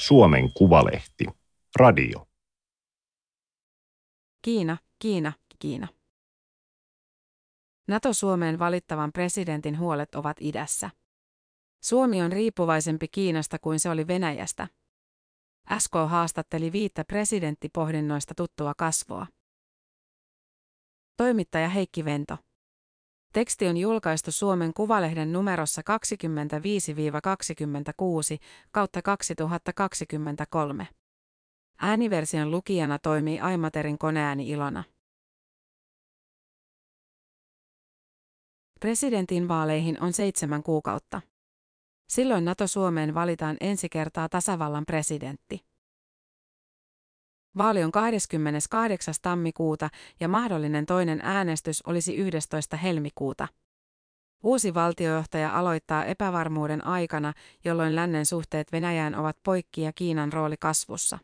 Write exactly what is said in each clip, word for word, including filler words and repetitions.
Suomen Kuvalehti. Radio. Kiina, Kiina, Kiina. NATO-Suomeen valittavan presidentin huolet ovat idässä. Suomi on riippuvaisempi Kiinasta kuin se oli Venäjästä. S K haastatteli viittä presidenttipohdinnoista tuttua kasvoa. Toimittaja Heikki Vento. Teksti on julkaistu Suomen Kuvalehden numerossa kaksikymmentäviisi kaksikymmentäkuusi kautta kaksituhattakaksikymmentäkolme. Ääniversion lukijana toimii Aimaterin koneääni Ilona. Presidentinvaaleihin on seitsemän kuukautta. Silloin NATO-Suomeen valitaan ensi kertaa tasavallan presidentti. Vaali on kahdeskymmeneskahdeksas tammikuuta ja mahdollinen toinen äänestys olisi yhdestoista helmikuuta. Uusi valtiojohtaja aloittaa epävarmuuden aikana, jolloin lännen suhteet Venäjään ovat poikki ja Kiinan rooli kasvussa.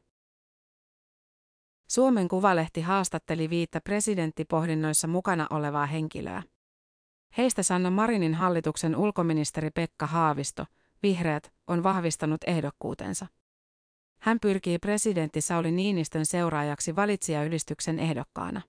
Suomen Kuvalehti haastatteli viittä presidenttipohdinnoissa mukana olevaa henkilöä. Heistä Sanna Marinin hallituksen ulkoministeri Pekka Haavisto, Vihreät, on vahvistanut ehdokkuutensa. Hän pyrkii presidentti Sauli Niinistön seuraajaksi valitsijayhdistyksen ehdokkaana.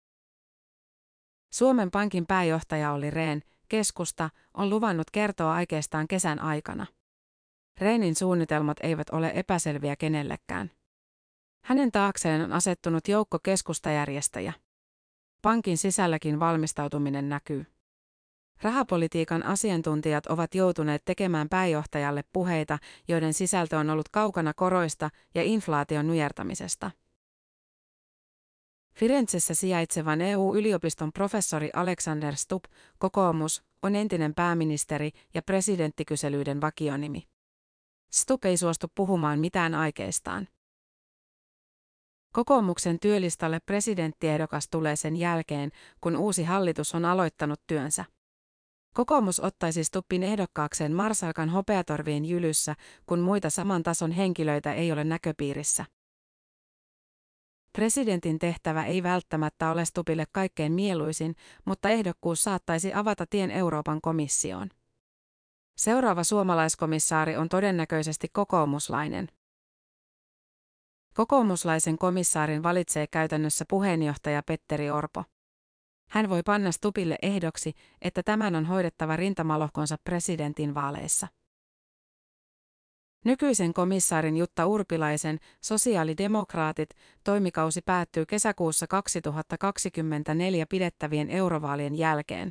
Suomen Pankin pääjohtaja Olli Rehn, keskusta, on luvannut kertoa aikeistaan kesän aikana. Rehnin suunnitelmat eivät ole epäselviä kenellekään. Hänen taakseen on asettunut joukko keskustajärjestäjä. Pankin sisälläkin valmistautuminen näkyy. Rahapolitiikan asiantuntijat ovat joutuneet tekemään pääjohtajalle puheita, joiden sisältö on ollut kaukana koroista ja inflaation nujertamisesta. Firenzessä sijaitsevan E U-yliopiston professori Alexander Stubb, kokoomus, on entinen pääministeri ja presidenttikyselyiden vakionimi. Stubb ei suostu puhumaan mitään aikeistaan. Kokoomuksen työlistalle presidenttiehdokas tulee sen jälkeen, kun uusi hallitus on aloittanut työnsä. Kokoomus ottaisi Stubbin ehdokkaakseen marsalkan hopeatorvien jylyssä, kun muita saman tason henkilöitä ei ole näköpiirissä. Presidentin tehtävä ei välttämättä ole Stubbille kaikkein mieluisin, mutta ehdokkuus saattaisi avata tien Euroopan komissioon. Seuraava suomalaiskomissaari on todennäköisesti kokoomuslainen. Kokoomuslaisen komissaarin valitsee käytännössä puheenjohtaja Petteri Orpo. Hän voi panna Stubbille ehdoksi, että tämän on hoidettava rintamalohkonsa presidentinvaaleissa. Nykyisen komissaarin Jutta Urpilaisen, sosiaalidemokraatit, toimikausi päättyy kesäkuussa kaksituhattakaksikymmentäneljä pidettävien eurovaalien jälkeen.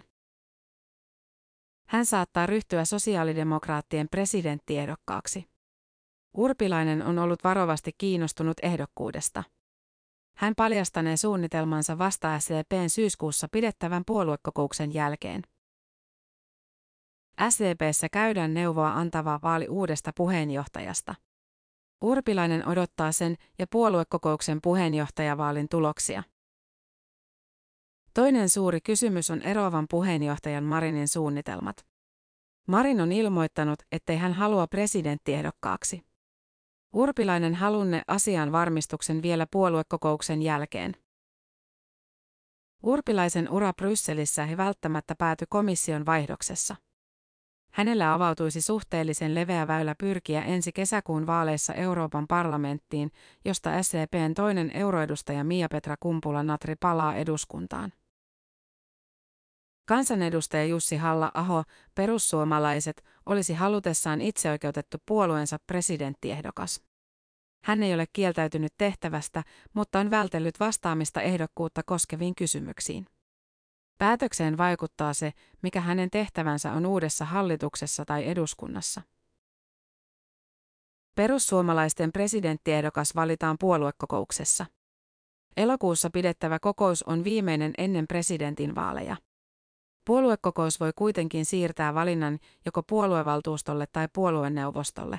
Hän saattaa ryhtyä sosiaalidemokraattien presidenttiehdokkaaksi. Urpilainen on ollut varovasti kiinnostunut ehdokkuudesta. Hän paljastanee suunnitelmansa vasta S D P:n syyskuussa pidettävän puoluekokouksen jälkeen. S D P:ssä käydään neuvoa antavaa vaali uudesta puheenjohtajasta. Urpilainen odottaa sen ja puoluekokouksen puheenjohtajavaalin tuloksia. Toinen suuri kysymys on eroavan puheenjohtajan Marinin suunnitelmat. Marin on ilmoittanut, ettei hän halua presidenttiehdokkaaksi. Urpilainen halunnee asian varmistuksen vielä puoluekokouksen jälkeen. Urpilaisen ura Brysselissä ei välttämättä pääty komission vaihdoksessa. Hänellä avautuisi suhteellisen leveä väylä pyrkiä ensi kesäkuun vaaleissa Euroopan parlamenttiin, josta S D P:n toinen euroedustaja Miapetra Kumpula-Natri palaa eduskuntaan. Kansanedustaja Jussi Halla-aho, perussuomalaiset, olisi halutessaan itseoikeutettu puolueensa presidenttiehdokas. Hän ei ole kieltäytynyt tehtävästä, mutta on vältellyt vastaamista ehdokkuutta koskeviin kysymyksiin. Päätökseen vaikuttaa se, mikä hänen tehtävänsä on uudessa hallituksessa tai eduskunnassa. Perussuomalaisten presidenttiehdokas valitaan puoluekokouksessa. Elokuussa pidettävä kokous on viimeinen ennen presidentinvaaleja. Puoluekokous voi kuitenkin siirtää valinnan joko puoluevaltuustolle tai puolueneuvostolle.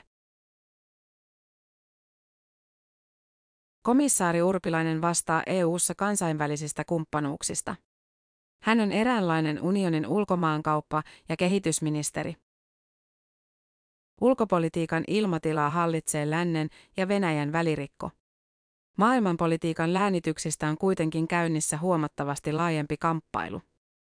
Komissaari Urpilainen vastaa E U:ssa kansainvälisistä kumppanuuksista. Hän on eräänlainen unionin ulkomaankauppa- ja kehitysministeri. Ulkopolitiikan ilmatilaa hallitsee lännen ja Venäjän välirikko. Maailmanpolitiikan läänityksistä on kuitenkin käynnissä huomattavasti laajempi kamppailu.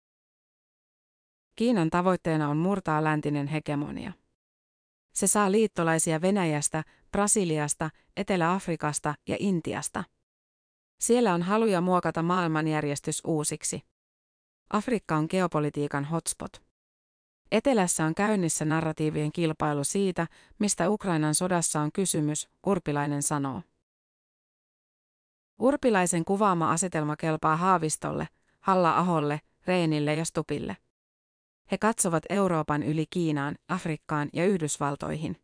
Kiinan tavoitteena on murtaa läntinen hegemonia. Se saa liittolaisia Venäjästä, Brasiliasta, Etelä-Afrikasta ja Intiasta. Siellä on haluja muokata maailmanjärjestys uusiksi. Afrikka on geopolitiikan hotspot. Etelässä on käynnissä narratiivien kilpailu siitä, mistä Ukrainan sodassa on kysymys, Urpilainen sanoo. Urpilaisen kuvaama asetelma kelpaa Haavistolle, Halla-aholle, Rehnille ja Stubbille. He katsovat Euroopan yli Kiinaan, Afrikkaan ja Yhdysvaltoihin.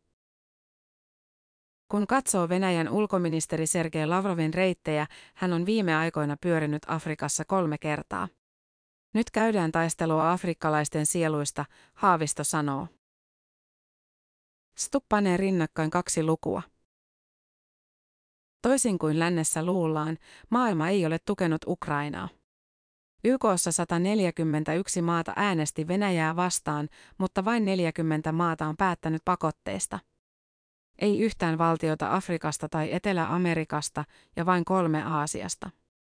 Kun katsoo Venäjän ulkoministeri Sergei Lavrovin reittejä, hän on viime aikoina pyörinyt Afrikassa kolme kertaa. Nyt käydään taistelua afrikkalaisten sieluista, Haavisto sanoo. Stubb panee rinnakkain kaksi lukua. Toisin kuin lännessä luullaan, maailma ei ole tukenut Ukrainaa. Y K:ssa sata neljäkymmentäyksi maata äänesti Venäjää vastaan, mutta vain neljäkymmentä maata on päättänyt pakotteista. Ei yhtään valtiota Afrikasta tai Etelä-Amerikasta ja vain kolme Aasiasta.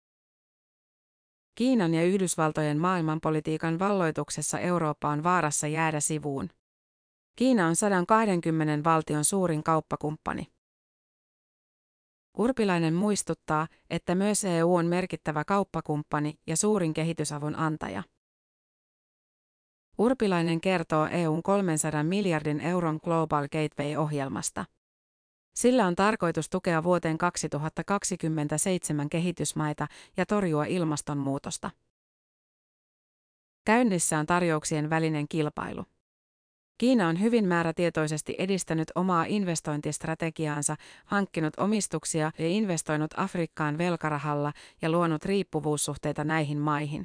Kiinan ja Yhdysvaltojen maailmanpolitiikan valloituksessa Eurooppa on vaarassa jäädä sivuun. Kiina on sata kaksikymmentä valtion suurin kauppakumppani. Urpilainen muistuttaa, että myös E U on merkittävä kauppakumppani ja suurin kehitysavun antaja. Urpilainen kertoo E U:n kolmensadan miljardin euron Global Gateway-ohjelmasta. Sillä on tarkoitus tukea vuoteen kaksituhattakaksikymmentäseitsemän kehitysmaita ja torjua ilmastonmuutosta. Käynnissä on tarjouksien välinen kilpailu. Kiina on hyvin määrätietoisesti edistänyt omaa investointistrategiaansa, hankkinut omistuksia ja investoinut Afrikkaan velkarahalla ja luonut riippuvuussuhteita näihin maihin.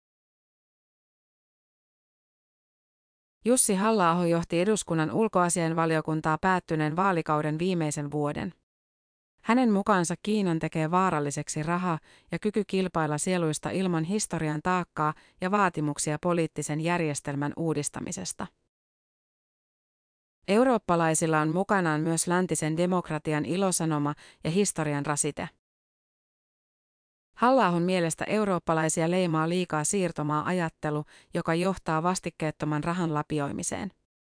Jussi Halla-aho johti eduskunnan ulkoasiainvaliokuntaa päättyneen vaalikauden viimeisen vuoden. Hänen mukaansa Kiinan tekee vaaralliseksi raha ja kyky kilpailla sieluista ilman historian taakkaa ja vaatimuksia poliittisen järjestelmän uudistamisesta. Eurooppalaisilla on mukanaan myös läntisen demokratian ilosanoma ja historian rasite. Halla-ahon mielestä eurooppalaisia leimaa liikaa siirtomaa-ajattelu, joka johtaa vastikkeettoman rahan lapioimiseen.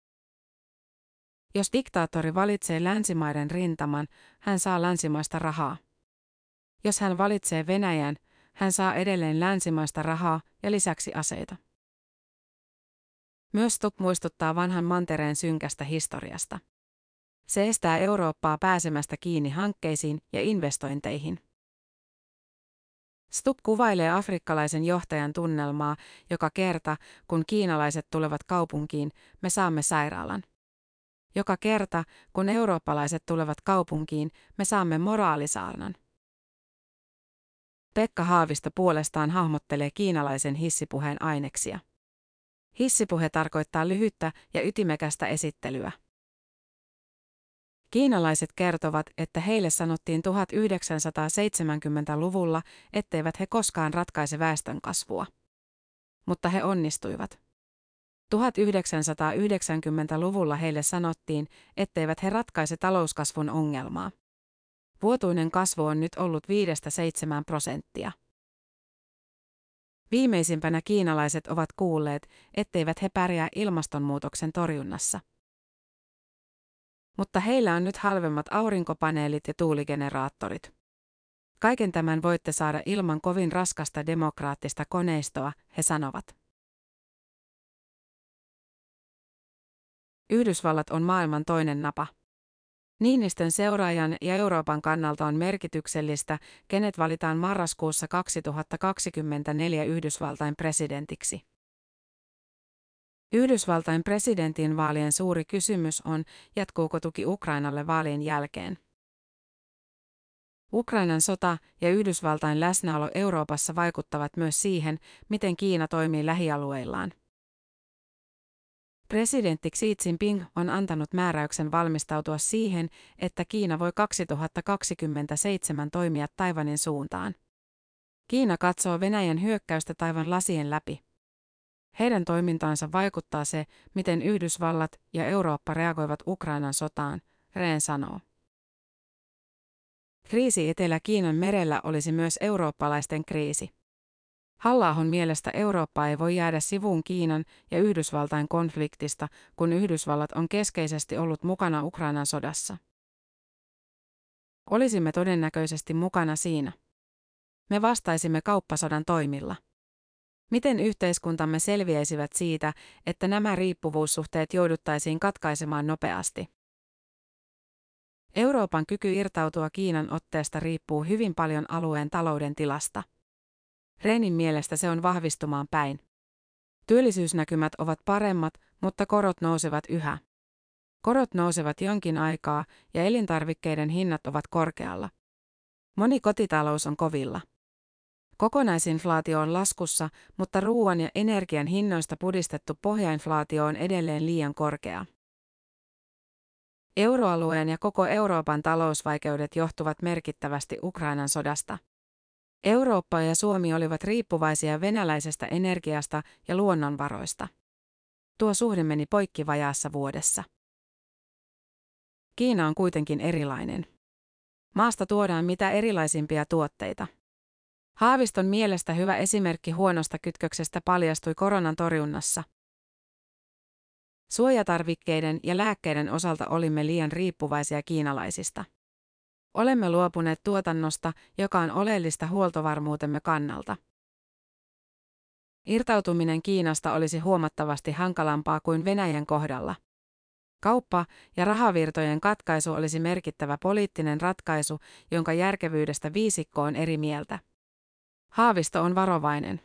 Jos diktaattori valitsee länsimaiden rintaman, hän saa länsimaista rahaa. Jos hän valitsee Venäjän, hän saa edelleen länsimaista rahaa ja lisäksi aseita. Myös Stubb muistuttaa vanhan mantereen synkästä historiasta. Se estää Eurooppaa pääsemästä kiinni hankkeisiin ja investointeihin. Stubb kuvailee afrikkalaisen johtajan tunnelmaa, joka kerta, kun kiinalaiset tulevat kaupunkiin, me saamme sairaalan. Joka kerta, kun eurooppalaiset tulevat kaupunkiin, me saamme moraalisaarnan. Pekka Haavisto puolestaan hahmottelee kiinalaisen hissipuheen aineksia. Hissipuhe tarkoittaa lyhyttä ja ytimekästä esittelyä. Kiinalaiset kertovat, että heille sanottiin tuhatyhdeksänsataaseitsemänkymmentäluvulla, etteivät he koskaan ratkaise väestönkasvua. Mutta he onnistuivat. tuhatyhdeksänsataayhdeksänkymmentäluvulla heille sanottiin, etteivät he ratkaise talouskasvun ongelmaa. Vuotuinen kasvu on nyt ollut viidestä seitsemään prosenttia. Viimeisimpänä kiinalaiset ovat kuulleet, etteivät he pärjää ilmastonmuutoksen torjunnassa. Mutta heillä on nyt halvemmat aurinkopaneelit ja tuuligeneraattorit. Kaiken tämän voitte saada ilman kovin raskasta demokraattista koneistoa, he sanovat. Yhdysvallat on maailman toinen napa. Niinistön seuraajan ja Euroopan kannalta on merkityksellistä, kenet valitaan marraskuussa kaksituhattakaksikymmentäneljä Yhdysvaltain presidentiksi. Yhdysvaltain presidentinvaalien suuri kysymys on, jatkuuko tuki Ukrainalle vaalien jälkeen. Ukrainan sota ja Yhdysvaltain läsnäolo Euroopassa vaikuttavat myös siihen, miten Kiina toimii lähialueillaan. Presidentti Xi Jinping on antanut määräyksen valmistautua siihen, että Kiina voi kaksituhattakaksikymmentäseitsemän toimia Taiwanin suuntaan. Kiina katsoo Venäjän hyökkäystä Taiwan lasien läpi. Heidän toimintaansa vaikuttaa se, miten Yhdysvallat ja Eurooppa reagoivat Ukrainan sotaan, Rehn sanoo. Kriisi Etelä-Kiinan merellä olisi myös eurooppalaisten kriisi. Halla-ahon mielestä Eurooppa ei voi jäädä sivuun Kiinan ja Yhdysvaltain konfliktista, kun Yhdysvallat on keskeisesti ollut mukana Ukrainan sodassa. Olisimme todennäköisesti mukana siinä. Me vastaisimme kauppasodan toimilla. Miten yhteiskuntamme selviäisivät siitä, että nämä riippuvuussuhteet jouduttaisiin katkaisemaan nopeasti? Euroopan kyky irtautua Kiinan otteesta riippuu hyvin paljon alueen talouden tilasta. Rehnin mielestä se on vahvistumaan päin. Työllisyysnäkymät ovat paremmat, mutta korot nousevat yhä. Korot nousevat jonkin aikaa ja elintarvikkeiden hinnat ovat korkealla. Moni kotitalous on kovilla. Kokonaisinflaatio on laskussa, mutta ruoan ja energian hinnoista pudistettu pohjainflaatio on edelleen liian korkea. Euroalueen ja koko Euroopan talousvaikeudet johtuvat merkittävästi Ukrainan sodasta. Eurooppa ja Suomi olivat riippuvaisia venäläisestä energiasta ja luonnonvaroista. Tuo suhde meni poikki vajaassa vuodessa. Kiina on kuitenkin erilainen. Maasta tuodaan mitä erilaisimpia tuotteita. Haaviston mielestä hyvä esimerkki huonosta kytköksestä paljastui koronan torjunnassa. Suojatarvikkeiden ja lääkkeiden osalta olimme liian riippuvaisia kiinalaisista. Olemme luopuneet tuotannosta, joka on oleellista huoltovarmuutemme kannalta. Irtautuminen Kiinasta olisi huomattavasti hankalampaa kuin Venäjän kohdalla. Kauppa- ja rahavirtojen katkaisu olisi merkittävä poliittinen ratkaisu, jonka järkevyydestä viisikko on eri mieltä. Haavisto on varovainen.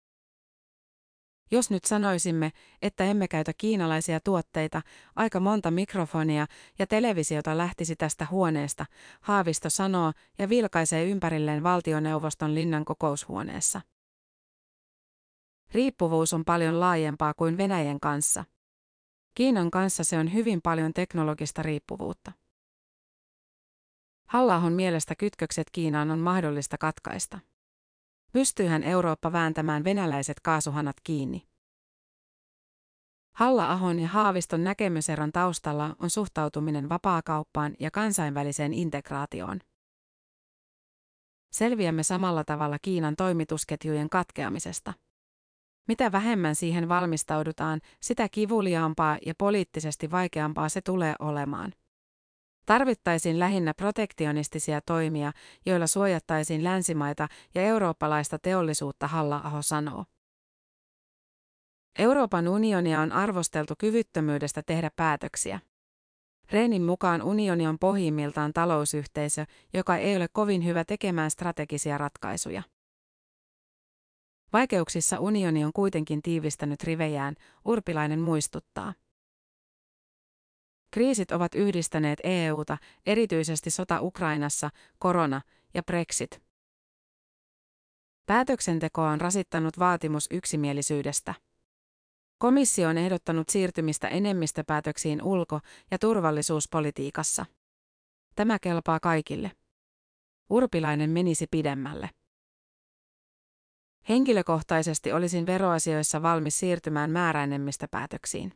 Jos nyt sanoisimme, että emme käytä kiinalaisia tuotteita, aika monta mikrofonia ja televisiota lähtisi tästä huoneesta, Haavisto sanoo ja vilkaisee ympärilleen valtioneuvoston linnan kokoushuoneessa. Riippuvuus on paljon laajempaa kuin Venäjän kanssa. Kiinan kanssa se on hyvin paljon teknologista riippuvuutta. Halla-ahon mielestä kytkökset Kiinaan on mahdollista katkaista. Pystyyhän Eurooppa vääntämään venäläiset kaasuhanat kiinni? Halla-ahon ja Haaviston näkemyseron taustalla on suhtautuminen vapaakauppaan ja kansainväliseen integraatioon. Selviämme samalla tavalla Kiinan toimitusketjujen katkeamisesta. Mitä vähemmän siihen valmistaudutaan, sitä kivuliaampaa ja poliittisesti vaikeampaa se tulee olemaan. Tarvittaisiin lähinnä protektionistisia toimia, joilla suojattaisiin länsimaita ja eurooppalaista teollisuutta, Halla-aho sanoo. Euroopan unionia on arvosteltu kyvyttömyydestä tehdä päätöksiä. Rehnin mukaan unioni on pohjimmiltaan talousyhteisö, joka ei ole kovin hyvä tekemään strategisia ratkaisuja. Vaikeuksissa unioni on kuitenkin tiivistänyt rivejään, Urpilainen muistuttaa. Kriisit ovat yhdistäneet E U:ta, erityisesti sota Ukrainassa, korona ja Brexit. Päätöksentekoa on rasittanut vaatimus yksimielisyydestä. Komissio on ehdottanut siirtymistä enemmistöpäätöksiin ulko- ja turvallisuuspolitiikassa. Tämä kelpaa kaikille. Urpilainen menisi pidemmälle. Henkilökohtaisesti olisin veroasioissa valmis siirtymään määräenemmistöpäätöksiin.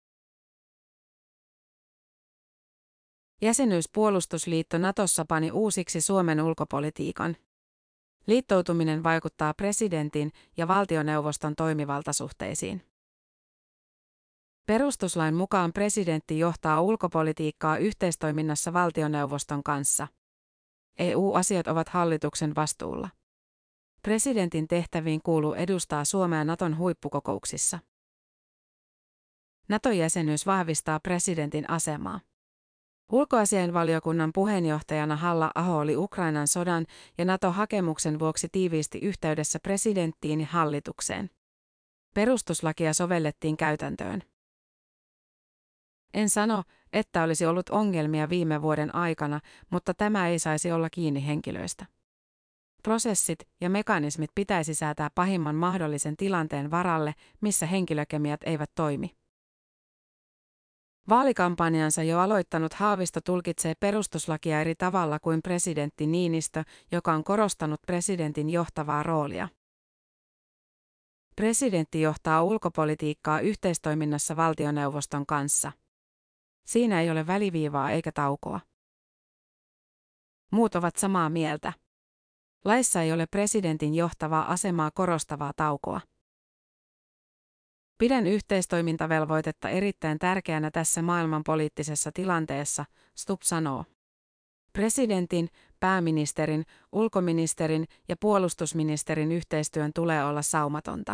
Jäsenyyspuolustusliitto Natossa pani uusiksi Suomen ulkopolitiikan. Liittoutuminen vaikuttaa presidentin ja valtioneuvoston toimivaltasuhteisiin. Perustuslain mukaan presidentti johtaa ulkopolitiikkaa yhteistoiminnassa valtioneuvoston kanssa. E U-asiat ovat hallituksen vastuulla. Presidentin tehtäviin kuuluu edustaa Suomea Naton huippukokouksissa. Nato-jäsenyys vahvistaa presidentin asemaa. Ulkoasiainvaliokunnan puheenjohtajana Halla-aho oli Ukrainan sodan ja NATO-hakemuksen vuoksi tiiviisti yhteydessä presidenttiin ja hallitukseen. Perustuslakia sovellettiin käytäntöön. En sano, että olisi ollut ongelmia viime vuoden aikana, mutta tämä ei saisi olla kiinni henkilöistä. Prosessit ja mekanismit pitäisi säätää pahimman mahdollisen tilanteen varalle, missä henkilökemiat eivät toimi. Vaalikampanjansa jo aloittanut Haavisto tulkitsee perustuslakia eri tavalla kuin presidentti Niinistö, joka on korostanut presidentin johtavaa roolia. Presidentti johtaa ulkopolitiikkaa yhteistoiminnassa valtioneuvoston kanssa. Siinä ei ole väliviivaa eikä taukoa. Muut ovat samaa mieltä. Laissa ei ole presidentin johtavaa asemaa korostavaa taukoa. Pidän yhteistoimintavelvoitetta erittäin tärkeänä tässä maailmanpoliittisessa tilanteessa, Stubb sanoo. Presidentin, pääministerin, ulkoministerin ja puolustusministerin yhteistyön tulee olla saumatonta.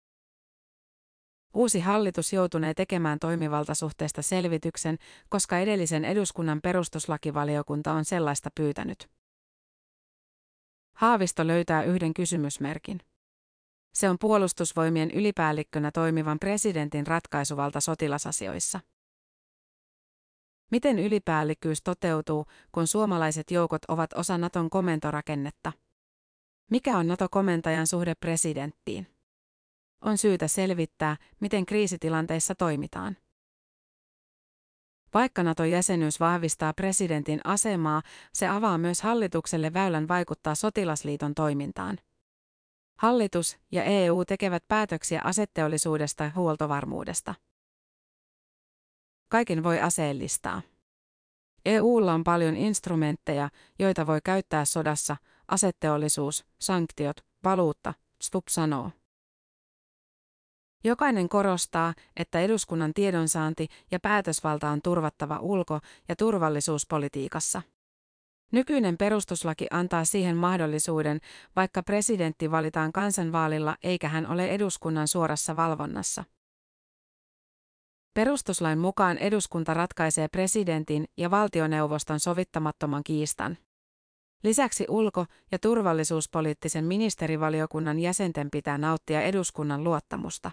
Uusi hallitus joutunee tekemään toimivaltasuhteesta selvityksen, koska edellisen eduskunnan perustuslakivaliokunta on sellaista pyytänyt. Haavisto löytää yhden kysymysmerkin. Se on puolustusvoimien ylipäällikkönä toimivan presidentin ratkaisuvalta sotilasasioissa. Miten ylipäällikkyys toteutuu, kun suomalaiset joukot ovat osa Naton komentorakennetta? Mikä on Nato-komentajan suhde presidenttiin? On syytä selvittää, miten kriisitilanteissa toimitaan. Vaikka Nato-jäsenyys vahvistaa presidentin asemaa, se avaa myös hallitukselle väylän vaikuttaa sotilasliiton toimintaan. Hallitus ja E U tekevät päätöksiä aseteollisuudesta ja huoltovarmuudesta. Kaiken voi aseellistaa. E U:lla on paljon instrumentteja, joita voi käyttää sodassa, aseteollisuus, sanktiot, valuutta, Stubb sanoo. Jokainen korostaa, että eduskunnan tiedonsaanti ja päätösvalta on turvattava ulko- ja turvallisuuspolitiikassa. Nykyinen perustuslaki antaa siihen mahdollisuuden, vaikka presidentti valitaan kansanvaalilla eikä hän ole eduskunnan suorassa valvonnassa. Perustuslain mukaan eduskunta ratkaisee presidentin ja valtioneuvoston sovittamattoman kiistan. Lisäksi ulko- ja turvallisuuspoliittisen ministerivaliokunnan jäsenten pitää nauttia eduskunnan luottamusta.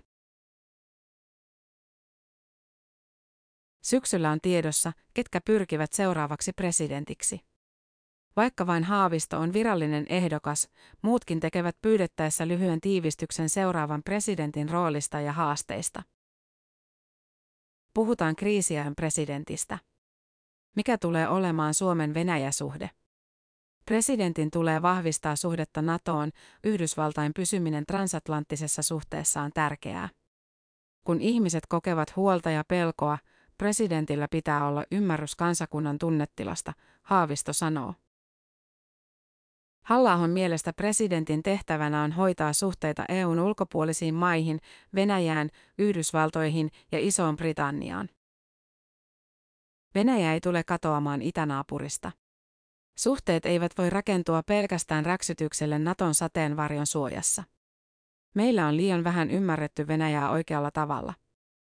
Syksyllä on tiedossa, ketkä pyrkivät seuraavaksi presidentiksi. Vaikka vain Haavisto on virallinen ehdokas, muutkin tekevät pyydettäessä lyhyen tiivistyksen seuraavan presidentin roolista ja haasteista. Puhutaan kriisiajan presidentistä. Mikä tulee olemaan Suomen Venäjä-suhde? Presidentin tulee vahvistaa suhdetta NATOon, Yhdysvaltain pysyminen transatlanttisessa suhteessa on tärkeää. Kun ihmiset kokevat huolta ja pelkoa, presidentillä pitää olla ymmärrys kansakunnan tunnetilasta, Haavisto sanoo. Halla-ahon mielestä presidentin tehtävänä on hoitaa suhteita E U:n ulkopuolisiin maihin, Venäjään, Yhdysvaltoihin ja Isoon Britanniaan. Venäjä ei tule katoamaan itänaapurista. Suhteet eivät voi rakentua pelkästään räksytykselle Naton sateenvarjon suojassa. Meillä on liian vähän ymmärretty Venäjää oikealla tavalla.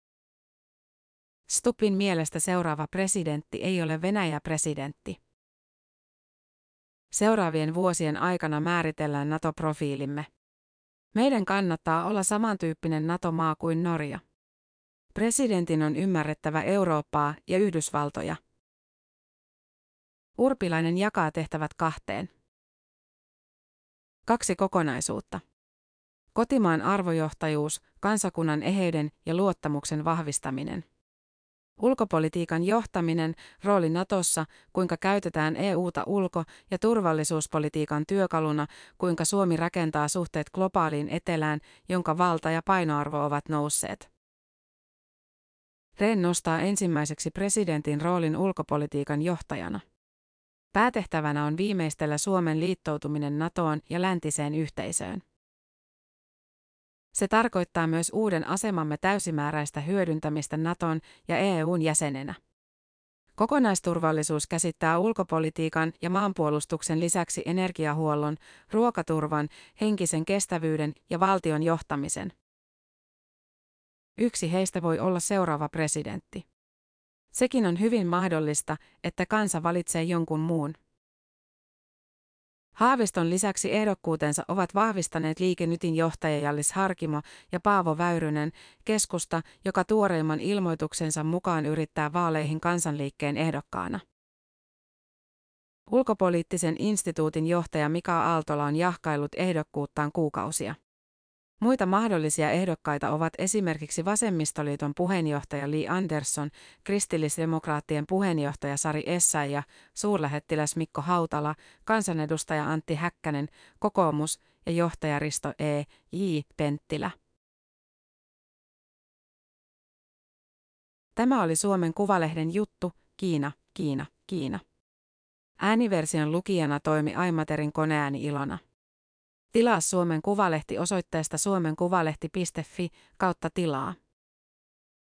Stubbin mielestä seuraava presidentti ei ole Venäjä-presidentti. Seuraavien vuosien aikana määritellään NATO-profiilimme. Meidän kannattaa olla samantyyppinen NATO-maa kuin Norja. Presidentin on ymmärrettävä Eurooppaa ja Yhdysvaltoja. Urpilainen jakaa tehtävät kahteen. Kaksi kokonaisuutta. Kotimaan arvojohtajuus, kansakunnan eheyden ja luottamuksen vahvistaminen. Ulkopolitiikan johtaminen, rooli Natossa, kuinka käytetään E U:ta ulko- ja turvallisuuspolitiikan työkaluna, kuinka Suomi rakentaa suhteet globaaliin etelään, jonka valta ja painoarvo ovat nousseet. Rehn nostaa ensimmäiseksi presidentin roolin ulkopolitiikan johtajana. Päätehtävänä on viimeistellä Suomen liittoutuminen NATOon ja läntiseen yhteisöön. Se tarkoittaa myös uuden asemamme täysimääräistä hyödyntämistä Naton ja E U:n jäsenenä. Kokonaisturvallisuus käsittää ulkopolitiikan ja maanpuolustuksen lisäksi energiahuollon, ruokaturvan, henkisen kestävyyden ja valtion johtamisen. Yksi heistä voi olla seuraava presidentti. Sekin on hyvin mahdollista, että kansa valitsee jonkun muun. Haaviston lisäksi ehdokkuutensa ovat vahvistaneet Liike Nytin johtaja Hjallis Harkimo ja Paavo Väyrynen, keskusta, joka tuoreimman ilmoituksensa mukaan yrittää vaaleihin kansanliikkeen ehdokkaana. Ulkopoliittisen instituutin johtaja Mika Aaltola on jahkaillut ehdokkuuttaan kuukausia. Muita mahdollisia ehdokkaita ovat esimerkiksi Vasemmistoliiton puheenjohtaja Li Andersson, kristillisdemokraattien puheenjohtaja Sari Essayah, suurlähettiläs Mikko Hautala, kansanedustaja Antti Häkkänen, kokoomus ja johtaja Risto E. J. Penttilä. Tämä oli Suomen Kuvalehden juttu, Kiina, Kiina, Kiina. Ääniversion lukijana toimi Aimaterin koneääni Ilona. Tilaa Suomen Kuvalehti osoitteesta suomenkuvalehti piste fi kautta tilaa.